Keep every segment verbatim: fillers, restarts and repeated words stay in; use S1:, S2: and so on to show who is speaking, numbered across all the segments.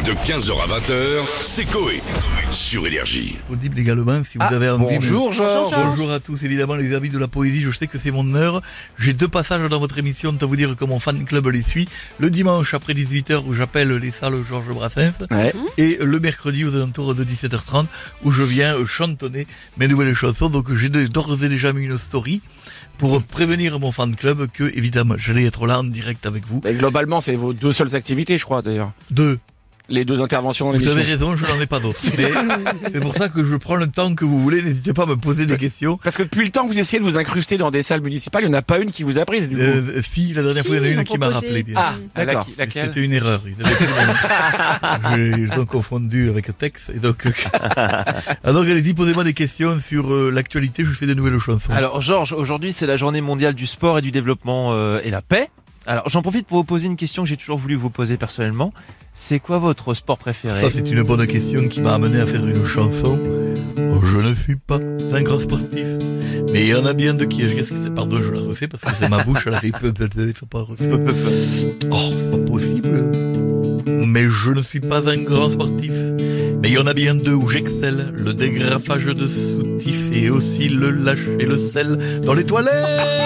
S1: De quinze heures à vingt heures, c'est Coé. Sur Énergie.
S2: Audible également, si vous
S3: Ah,
S2: avez envie.
S3: bonjour,
S2: mais...
S3: Georges.
S2: Bonjour à tous, évidemment, les amis de la poésie. Je sais que c'est mon heure. J'ai deux passages dans votre émission à vous dire que mon fan club les suit. Le dimanche après dix-huit heures où j'appelle les salles Georges Brassens.
S3: Ouais.
S2: Et le mercredi aux alentours de dix-sept heures trente où je viens chantonner mes nouvelles chansons. Donc j'ai d'ores et déjà mis une story pour prévenir mon fan club que, évidemment, j'allais être là en direct avec vous.
S3: Mais globalement, c'est vos deux seules activités, je crois, d'ailleurs.
S2: Deux.
S3: Les deux interventions dans
S2: Vous
S3: l'émission.
S2: avez raison, je n'en ai pas d'autres. Mais c'est pour ça que je prends le temps que vous voulez. N'hésitez pas à me poser des questions.
S3: Parce que depuis le temps que vous essayez de vous incruster dans des salles municipales, il n'y en a pas une qui vous a prise, du coup.
S2: Euh, si, la dernière
S4: Si,
S2: fois, il y en a
S4: ils
S2: une
S4: ont
S2: qui m'a
S4: proposé.
S2: rappelé, bien
S3: Ah,
S2: sûr.
S3: d'accord.
S2: Mais
S3: Laquelle
S2: C'était une erreur. Ils avaient pris le- Je- Ils ont confondu avec texte. Et donc, alors allez-y, posez-moi des questions sur euh, l'actualité. Je fais des nouvelles chansons.
S5: Alors Georges, aujourd'hui c'est la journée mondiale du sport et du développement euh, et la paix. Alors j'en profite pour vous poser une question que j'ai toujours voulu vous poser personnellement. C'est quoi votre sport préféré?
S2: Ça, c'est une bonne question qui m'a amené à faire une chanson. Oh, je ne suis pas un grand sportif, mais il y en a bien de qui. Qu'est-ce que c'est? Pardon, je la refais parce que c'est ma bouche, elle a fait peu, peu, peu, il faut pas refaire. Oh, c'est pas possible. Mais je ne suis pas un grand sportif, mais il y en a bien deux où j'excelle. Le dégrafage de soutif et aussi le lâcher le sel dans les toilettes.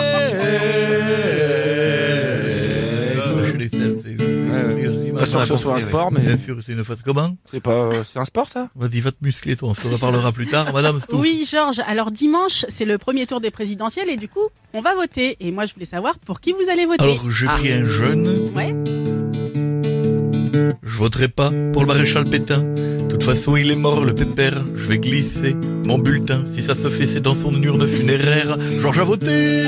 S2: Lâcher les sels, c'est...
S3: Pas sûr que ce soit un sport, mais
S2: Bien sûr, c'est une fois. Comment?
S3: c'est pas, c'est un sport, ça?
S2: Vas-y, va te muscler, toi. On se reparlera plus tard. Madame Stouff.
S4: Oui, Georges. Alors dimanche, c'est le premier tour des présidentielles et du coup, on va voter. Et moi, je voulais savoir pour qui vous allez voter.
S2: Alors, j'ai pris un jeune.
S4: Ouais.
S2: Je voterai pas pour le maréchal Pétain. De toute façon, il est mort, le pépère. Je vais glisser mon bulletin. Si ça se fait, c'est dans son urne funéraire. Georges a voté.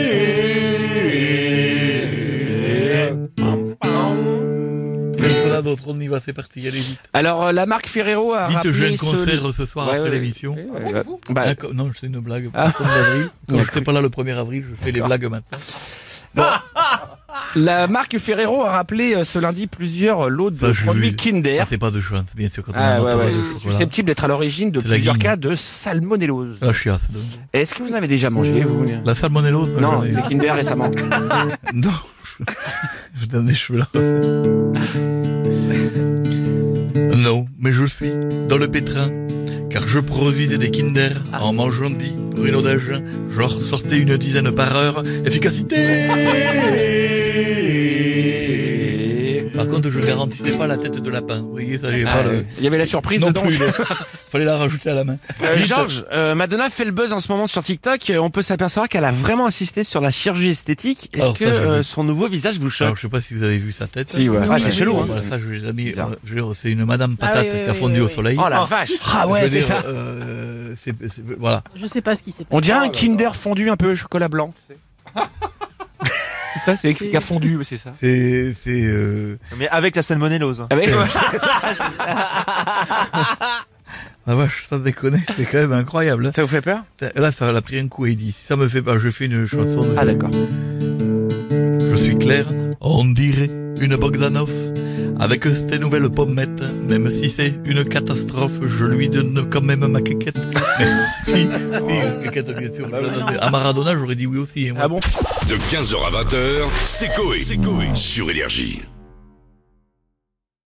S2: Qu'est-ce qu'on a d'autre? On y va, c'est parti, allez vite.
S3: Alors, euh, la marque Ferrero a
S2: Vite,
S3: rappelé
S2: j'ai un
S3: ce-
S2: concert ce soir
S3: Ouais,
S2: après
S3: ouais,
S2: l'émission.
S3: ouais, ouais, ouais. Bah,
S2: Ah, co- non, c'est une blague.
S3: Ah.
S2: Personne d'avril. Quand je
S3: D'accord.
S2: serai pas là le premier avril, je fais les
S3: D'accord.
S2: blagues maintenant.
S3: la marque Ferrero a rappelé euh, ce lundi plusieurs lots de
S2: Ça, j'ai
S3: produits
S2: vu.
S3: Kinder.
S2: Ah, c'est pas de chance, bien sûr, quand on
S3: Ah,
S2: a un
S3: ouais,
S2: moteur
S3: ouais.
S2: de chocolat.
S3: Susceptible d'être à l'origine de
S2: C'est la
S3: plusieurs
S2: guigne.
S3: cas de salmonellose.
S2: La chiasse, donc.
S3: Est-ce que vous en avez déjà mangé, vous?
S2: La salmonellose?
S3: Non,
S2: j'en ai-
S3: des Kinder récemment.
S2: Non, je donne des cheveux là. Non, mais je suis dans le pétrin, car je produisais des Kinder en mangeant dix Bruno d'Agen. Je leur sortais une dizaine par heure. Efficacité! Par contre, je garantissais pas la tête de lapin. Vous voyez, ça, j'ai
S3: Ah,
S2: pas le...
S3: il y avait la surprise
S2: Non
S3: dedans.
S2: plus, le- fallait la rajouter à la main.
S5: Euh,
S2: Vite.
S5: Georges, euh, Madonna fait le buzz en ce moment sur TikTok. Euh, On peut s'apercevoir qu'elle a vraiment insisté sur la chirurgie esthétique. Est-ce
S2: Alors,
S5: que
S2: ça, j'ai
S5: euh,
S2: vu.
S5: son nouveau visage vous choque?
S2: Alors, je sais pas si vous avez vu sa tête.
S3: Si, ouais.
S4: Oui,
S3: Ah, c'est
S4: oui,
S3: chelou,
S4: oui,
S3: hein.
S2: Voilà, ça, je l'ai jamais,
S3: Bizarre.
S2: euh, je veux dire, c'est une madame
S4: Ah,
S2: patate
S4: oui, oui,
S2: qui a
S4: oui,
S2: fondu
S4: oui,
S2: au
S4: oui.
S2: soleil.
S5: Oh la vache!
S3: Ah
S2: Je
S3: ouais,
S2: veux
S3: c'est
S2: dire,
S3: ça.
S2: euh, c'est, c'est- voilà.
S4: Je sais pas ce qui s'est passé.
S3: On dirait un Kinder fondu un peu chocolat blanc. tu sais. C'est ça, c'est écrit
S4: C'est-
S3: qu'il a fondu, c'est ça.
S2: C'est, c'est, euh,
S5: Mais avec la salmonellose.
S3: Avec,
S2: Euh,
S3: ouais, c'est ça.
S2: la vache, ça déconne, c'est quand même incroyable.
S3: Ça vous fait peur?
S2: Là, ça, elle a pris un coup et il dit, si ça me fait pas, je fais une chanson de,
S3: Ah d'accord.
S2: je suis clair, on dirait une Bogdanov, avec ces nouvelles pommettes, même si c'est une catastrophe, je lui donne quand même ma quéquette. Mais si, si, une quéquette, bien sûr, je la donne. À Maradona, j'aurais dit oui aussi, hein, moi.
S3: Ah bon?
S1: De quinze heures à vingt heures, c'est Coé. Sur Énergie.